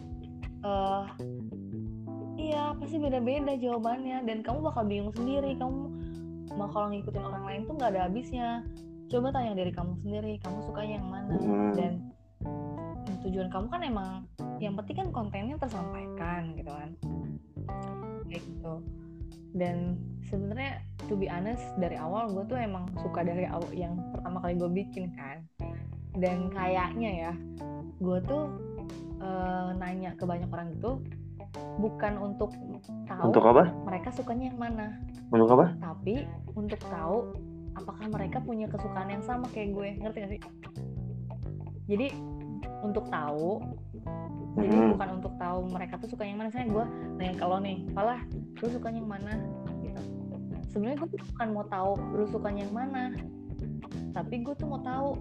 Speaker 2: Iya pasti beda-beda jawabannya dan kamu bakal bingung sendiri. Kamu mau kalau ngikutin orang lain tuh nggak ada habisnya. Coba tanya diri kamu sendiri, kamu sukanya yang mana. Dan tujuan kamu kan emang yang penting kan kontennya tersampaikan gitu kan, kayak gitu. Dan sebenarnya to be honest dari awal gue tuh emang suka dari awal yang pertama kali gue bikin kan. Dan kayaknya ya gue tuh nanya ke banyak orang itu bukan untuk tahu
Speaker 1: Untuk apa?
Speaker 2: mereka sukanya yang mana,
Speaker 1: Untuk apa?
Speaker 2: tapi untuk tahu apakah mereka punya kesukaan yang sama kayak gue, ngerti gak sih? Jadi untuk tahu, jadi bukan untuk tahu mereka tuh suka yang mana. Misalnya gue nanya ke lo nih, Palah, lu sukanya yang mana? Gitu. Sebenarnya gue tuh bukan mau tahu lu sukanya yang mana, tapi gue tuh mau tahu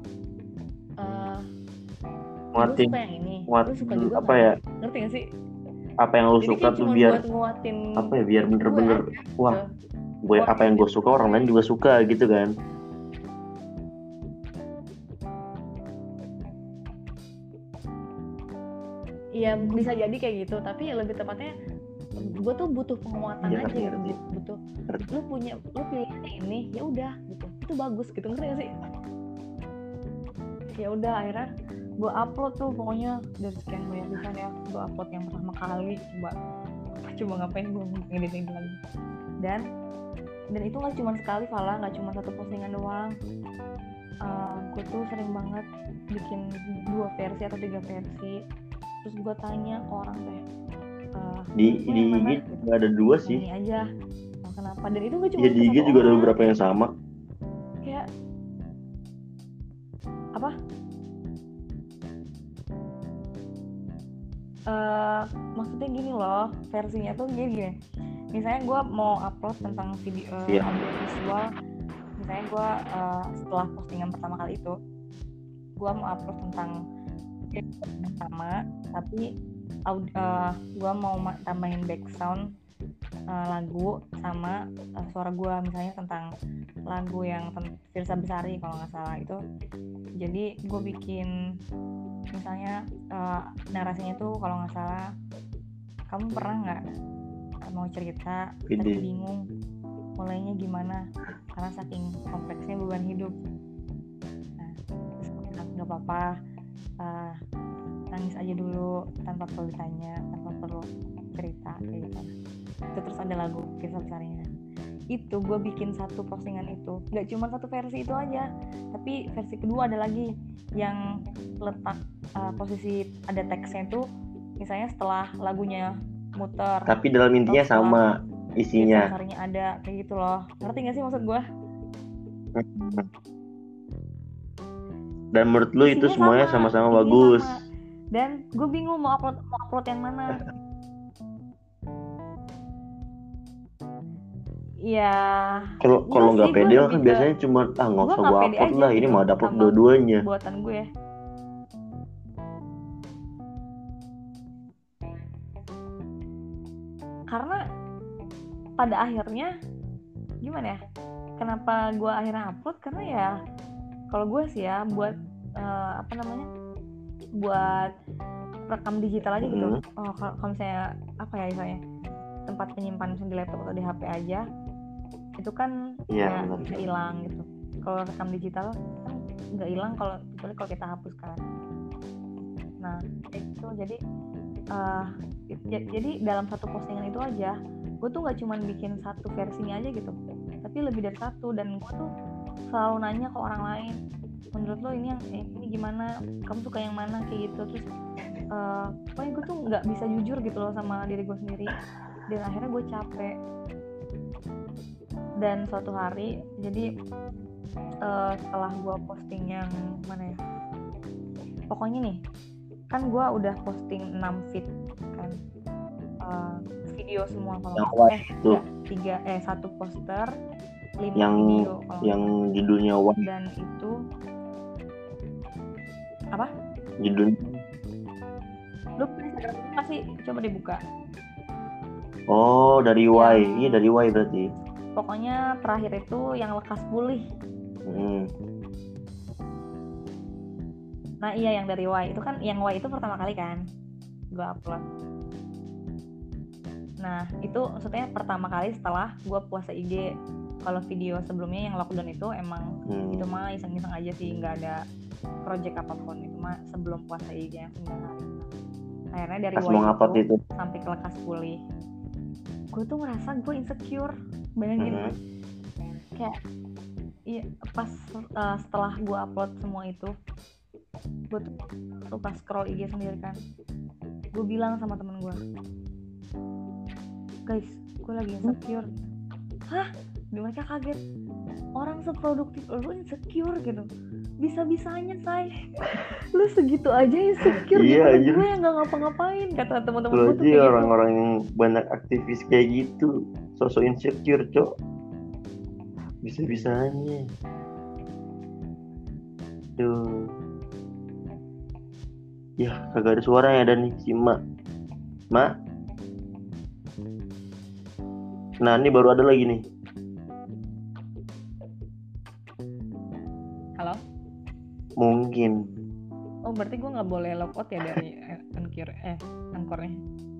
Speaker 2: lu suka yang ini, lu suka juga
Speaker 1: apa ya?
Speaker 2: Ngerti gak sih?
Speaker 1: Apa yang lu
Speaker 2: jadi
Speaker 1: suka tuh biar
Speaker 2: nguatin
Speaker 1: apa ya? Biar bener-bener wah, gue apa yang gue suka orang lain juga suka gitu kan.
Speaker 2: Iya bisa jadi kayak gitu, tapi lebih tepatnya gue tuh butuh penguatan aja gitu, butuh lu pilih ini ya udah gitu, itu bagus gitu, ngerti gak sih? Ya udah akhirnya gue upload tuh pokoknya dari sekian banyak desain ya, gue upload yang pertama kali, coba ngapain gue ngeditin lagi. Dan itu nggak cuma sekali, Fala, nggak cuma satu postingan doang. Gue tuh sering banget bikin 2 versi atau 3 versi. Terus gue tanya ke orang teh
Speaker 1: di IG nggak ada 2 sih.
Speaker 2: Ini aja. Nah, kenapa? Dan itu gue cuma
Speaker 1: ya di IG juga ada beberapa yang sama.
Speaker 2: Kayak apa? Maksudnya gini loh, versinya tuh gini. Misalnya gue mau upload tentang video audio visual. Misalnya gue setelah postingan pertama kali itu, gue mau upload tentang yang sama, tapi gue mau tambahin background lagu sama suara gue, misalnya tentang lagu yang Firsa Besari kalau nggak salah itu. Jadi gue bikin misalnya narasinya tuh kalau nggak salah, kamu pernah nggak mau cerita tapi bingung mulainya gimana karena saking kompleksnya beban hidup. Nah, nggak apa-apa, nangis aja dulu tanpa perlu ditanya, tanpa perlu cerita kayak gitu. Itu terus ada lagu Firsa Besarinya. Itu gue bikin satu postingan itu, nggak cuma satu versi itu aja, tapi versi kedua ada lagi yang letak posisi ada teksnya tuh, misalnya setelah lagunya muter
Speaker 1: tapi dalam intinya sama isinya.
Speaker 2: Besarnya ada kayak gitu loh, ngerti nggak sih maksud gue?
Speaker 1: Dan menurut lu itu semuanya sama-sama bagus.
Speaker 2: Dan gue bingung mau upload yang mana. Ya
Speaker 1: kalau nggak pede kan biasanya cuma nggak usah gue upload lah, ini mau upload dua-duanya
Speaker 2: buatan gue. Karena pada akhirnya gimana ya, kenapa gue akhirnya upload, karena ya kalau gue sih ya buat buat rekam digital aja gitu. Kalau misalnya apa ya, misalnya tempat penyimpanan di laptop atau di HP aja itu kan nggak hilang gitu. Kalau rekam digital kan nggak hilang kalau kita hapus kan. Nah itu jadi dalam satu postingan itu aja gue tuh nggak cuma bikin satu versinya aja gitu, tapi lebih dari satu. Dan gue tuh selalu nanya ke orang lain, menurut lo ini gimana, kamu suka yang mana, kayak gitu. Terus pokoknya gue tuh nggak bisa jujur gitu loh sama diri gue sendiri. Dan akhirnya gue capek. Dan suatu hari, jadi setelah gue posting yang mana ya, pokoknya nih kan gue udah posting 6 feed kan, video semua kalau satu poster 5 video
Speaker 1: yang judulnya One.
Speaker 2: Dan itu apa
Speaker 1: judulnya?
Speaker 2: Lu pasti coba dibuka.
Speaker 1: Oh, dari Y.
Speaker 2: Yang-
Speaker 1: Ini dari Y berarti.
Speaker 2: Pokoknya terakhir itu yang lekas pulih. Nah iya yang dari Y itu kan, yang Y itu pertama kali kan gue upload. Nah itu maksudnya pertama kali setelah gue puasa IG. Kalau video sebelumnya yang lockdown itu emang itu mah iseng-iseng aja sih, nggak ada project apapun, itu mah sebelum puasa IG yang 9 hari. Akhirnya dari Y itu sampai ke lekas pulih, gue tuh ngerasa gue insecure. Bayangin kayak iya, pas setelah gue upload semua itu, gue tuh pas scroll IG sendiri kan, gue bilang sama temen gue, guys gue lagi insecure. Hah? Mereka kaget, orang seproduktif lu insecure gitu, bisa-bisanya say lu segitu aja insecure.
Speaker 1: Iya,
Speaker 2: gimana gue yang nggak ngapa-ngapain, kata teman-teman gue tuh
Speaker 1: kayak orang-orang yang banyak aktivis kayak gitu, sosok insecure cok, bisa-bisanya. Tuh ya kagak ada suaranya dan nih si Mak. Nah ini baru ada lagi nih. Halo? Mungkin.
Speaker 2: Oh berarti gue nggak boleh logout ya dari Anchor-nya.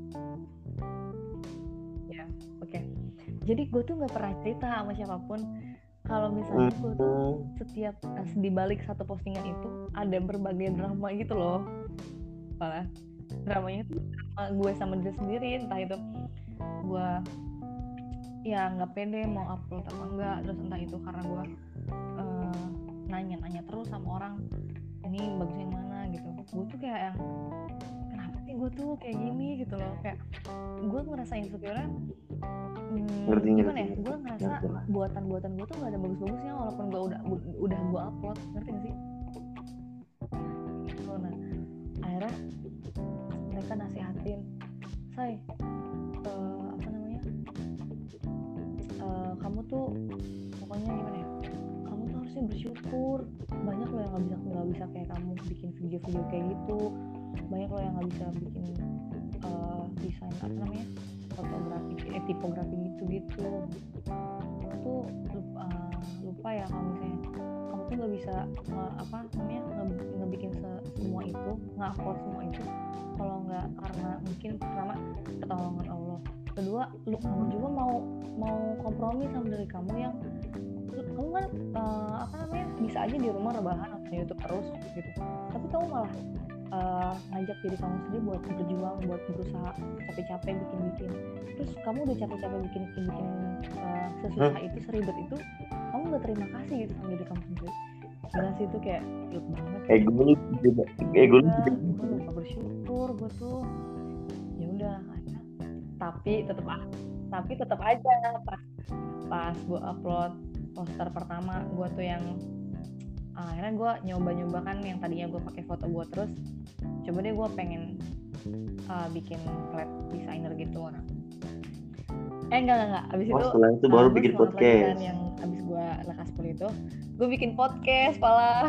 Speaker 2: Ya oke. Jadi gue tuh nggak pernah cerita sama siapapun kalau misalnya gue tuh setiap di balik satu postingan itu ada berbagai drama gitu loh. Malah dramanya tuh gue sama diri sendiri, entah itu gue ya nggak pede mau upload apa enggak, terus entah itu karena gue nanya terus sama orang ini bagus yang mana gitu. Gue tuh kayak yang kenapa sih gue tuh kayak gini gitu loh, kayak gue ngerasa insecure-nya gimana ya, gue ngerasa buatan gue tuh gak ada bagus-bagusnya walaupun gue udah gue upload, ngerti gak sih? Nah akhirnya mereka nasihatin, say kamu tuh pokoknya gimana ya, kamu tuh harusnya bersyukur, banyak loh yang nggak bisa kayak kamu bikin video-video kayak gitu, banyak loh yang nggak bisa bikin desain fotografi, tipografi gitu tuh lupa ya kalau misalnya kamu tuh nggak bisa ngebikin semua itu, nge-upload semua itu kalau nggak karena mungkin pertama pertolongan Allah, kedua kamu juga mau kompromi sama diri kamu yang kamu kan bisa aja di rumah rebahan nonton YouTube terus gitu, tapi kamu malah ngajak diri kamu sendiri buat berjuang, buat berusaha capek-capek bikin, terus kamu udah capek-capek bikin sesusah itu, seribet itu, kamu nggak terima kasih gitu sama diri kamu sendiri. Gila sih itu kayak guilt banget. Gue lupa bersyukur gue tuh. Ya udah, tapi tetap aja pas gue upload poster pertama gue tuh yang akhirnya gue nyoba kan, yang tadinya gue pakai foto gue terus coba deh gue pengen bikin flat designer gitu. Nah enggak abis itu
Speaker 1: setelah itu baru bikin podcast
Speaker 2: kan, yang abis gue lekas pulih itu gue bikin podcast pala.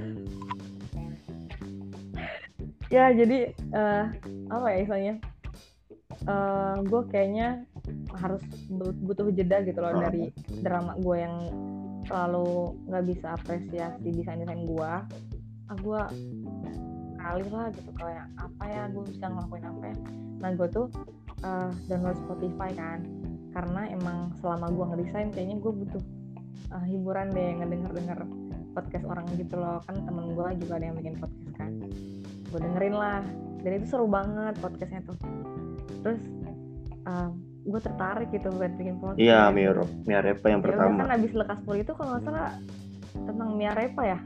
Speaker 2: Ya jadi apa ya istilahnya, gue kayaknya harus butuh jeda gitu loh dari drama gue yang selalu nggak bisa apresiasi desain gue. Gue kali lah gitu, kayak apa ya gue bisa ngelakuin apa ya. Nah gue tuh download Spotify kan, karena emang selama gue ngedesain kayaknya gue butuh hiburan deh, ngedenger podcast orang gitu loh, kan temen gue juga ada yang bikin podcast kan, gue dengerin lah, dan itu seru banget podcastnya tuh. Terus gue tertarik gitu buat bikin podcast.
Speaker 1: Iya, Mia Repa yang pertama.
Speaker 2: Kan abis lekas pulih itu kalau nggak salah tentang Mia Repa ya.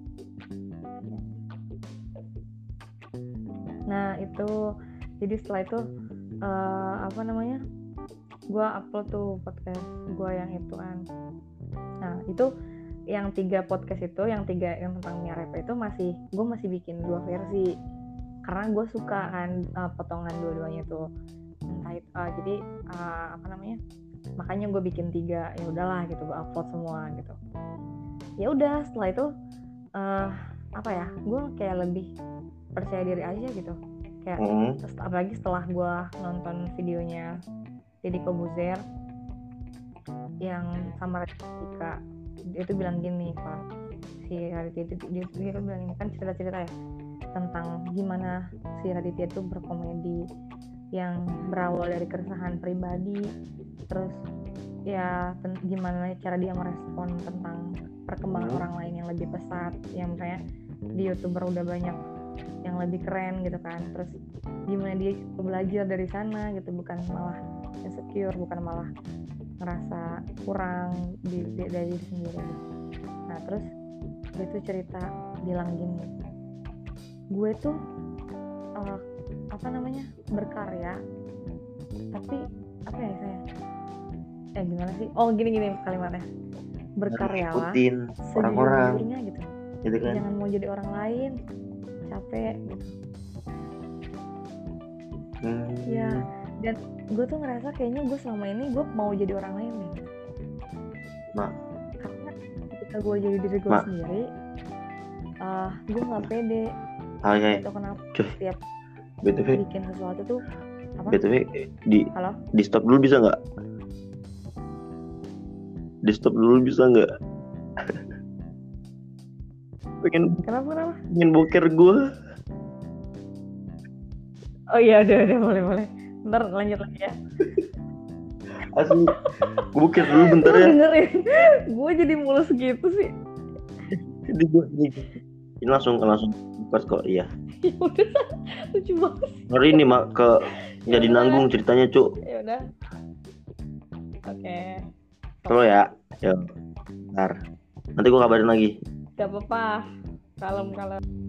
Speaker 2: Nah itu jadi setelah itu gue upload tuh podcast gue yang itu kan. Nah itu yang 3 podcast itu, yang tentang Mia Repa itu gue masih bikin 2 versi karena gue suka kan potongan dua-duanya tuh. Entah itu, jadi makanya gue bikin 3, ya udahlah gitu, gue upload semua gitu. Ya udah setelah itu gue kayak lebih percaya diri aja gitu, kayak apalagi setelah gue nonton videonya Deddy Kobuzer yang sama Raditya. Dia tuh bilang gini Pak, si Raditya itu dia kan bilang ini kan cerita-cerita ya tentang gimana si Raditya itu berkomedi yang berawal dari keresahan pribadi, terus ya gimana cara dia merespon tentang perkembangan orang lain yang lebih pesat, yang misalnya di YouTuber udah banyak yang lebih keren gitu kan, terus gimana dia belajar dari sana gitu, bukan malah insecure, bukan malah ngerasa kurang dari diri sendiri gitu. Nah terus dia tuh cerita bilang gini, gue tuh berkarya tapi apa ya saya gimana sih, gini kalimatnya, berkaryalah
Speaker 1: ikutin orang-orang
Speaker 2: sejujurnya gitu kan, jangan mau jadi orang lain, capek gitu. Ya dan gue tuh ngerasa kayaknya gue selama ini gue mau jadi orang lain nih, karena ketika gue jadi diri gue sendiri gue nggak pede. Itu kenapa setiap
Speaker 1: BTW
Speaker 2: bikin sesuatu tuh apa?
Speaker 1: BTW di stop dulu bisa nggak? Di stop dulu bisa nggak?
Speaker 2: Kenapa?
Speaker 1: Pengen boker gue.
Speaker 2: Oh iya udah boleh. Ntar lanjut lagi ya.
Speaker 1: Asli, gue boker dulu bentar ya.
Speaker 2: Dengerin, gue jadi mulus gitu sih.
Speaker 1: Ini langsung pas kok, iya.
Speaker 2: Ya udah, lucu banget.
Speaker 1: Hari ini jadi nanggung ceritanya, Cuk.
Speaker 2: Ya udah. Oke.
Speaker 1: Selalu ya. Ya. Bentar. Nanti gue kabarin lagi.
Speaker 2: Gak apa-apa. Kalem.